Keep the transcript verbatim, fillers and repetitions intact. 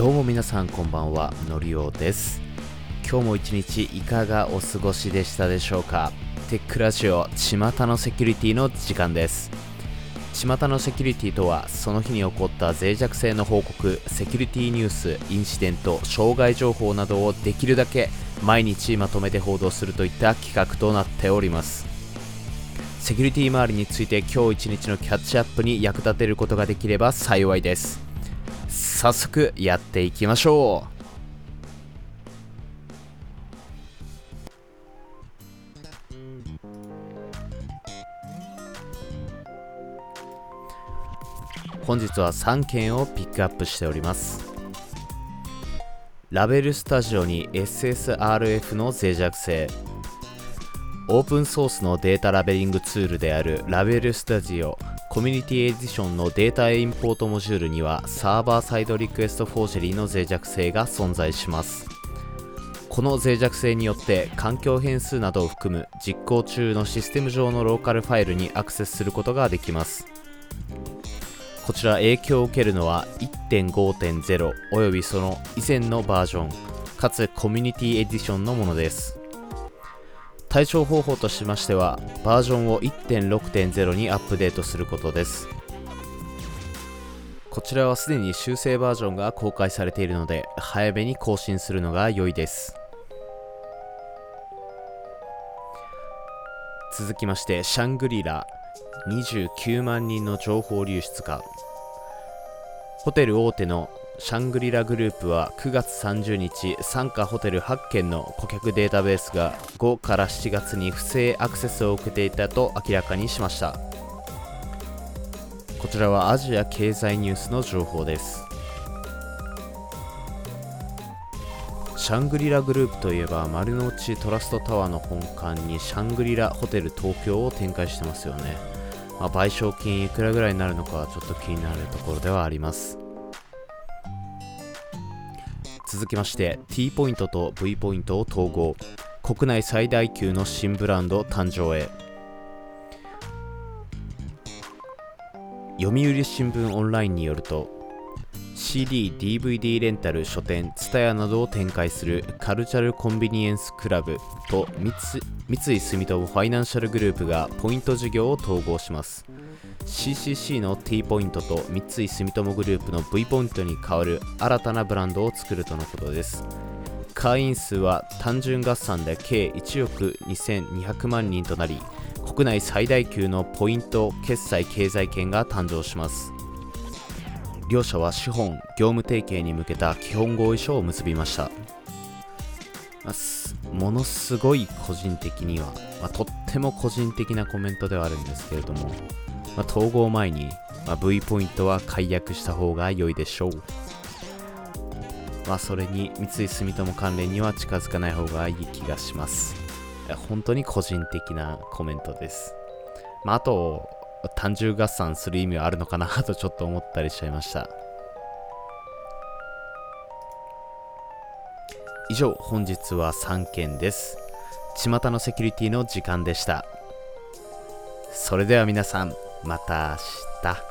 どうも皆さんこんばんは、のりおです。今日も一日いかがお過ごしでしたでしょうか。テックラジオ巷のセキュリティの時間です。巷のセキュリティとは、その日に起こった脆弱性の報告、セキュリティニュース、インシデント、障害情報などをできるだけ毎日まとめて報道するといった企画となっております。セキュリティ周りについて今日一日のキャッチアップに役立てることができれば幸いです。早速やっていきましょう。本日はさんけんをピックアップしております。ラベルスタジオに エスエスアールエフ の脆弱性。オープンソースのデータラベリングツールであるラベルスタジオコミュニティエディションのデータインポートモジュールにはサーバーサイドリクエストフォージェリーの脆弱性が存在します。この脆弱性によって環境変数などを含む実行中のシステム上のローカルファイルにアクセスすることができます。こちら影響を受けるのは いってんごてんゼロ およびその以前のバージョンかつコミュニティエディションのものです。対処方法としましては、バージョンを いってんろくてんゼロ にアップデートすることです。こちらはすでに修正バージョンが公開されているので、早めに更新するのが良いです。続きまして、シャングリラにじゅうきゅうまんにんの情報流出か。ホテル大手のシャングリラグループはくがつさんじゅうにち、傘下ホテルはっけんの顧客データベースがごからしちがつに不正アクセスを受けていたと明らかにしました。こちらはアジア経済ニュースの情報です。シャングリラグループといえば丸の内トラストタワーの本館にシャングリラホテル東京を展開してますよね。まあ、賠償金いくらぐらいになるのかはちょっと気になるところではあります。続きまして T ポイントと V ポイントを統合、国内最大級の新ブランド誕生へ。読売新聞オンラインによると シーディー、ディーブイディー レンタル書店 ツタヤ などを展開するカルチャルコンビニエンスクラブと三井住友ファイナンシャルグループがポイント事業を統合します。シーシーシー の T ポイントと三井住友グループの V ポイントに代わる新たなブランドを作るとのことです。会員数は単純合算で計いちおくにせんにひゃくまんにんとなり、国内最大級のポイント決済経済圏が誕生します。両社は資本・業務提携に向けた基本合意書を結びました。ものすごい個人的には、まあ、とっても個人的なコメントではあるんですけれども、まあ、統合前に、まあ、V ポイントは解約した方が良いでしょう。まあそれに三井住友関連には近づかない方がいい気がします。いや本当に個人的なコメントです。まああと単純合算する意味はあるのかなとちょっと思ったりしちゃいました。以上、本日はさんけんです。巷のセキュリティの時間でした。それでは皆さん、また明日。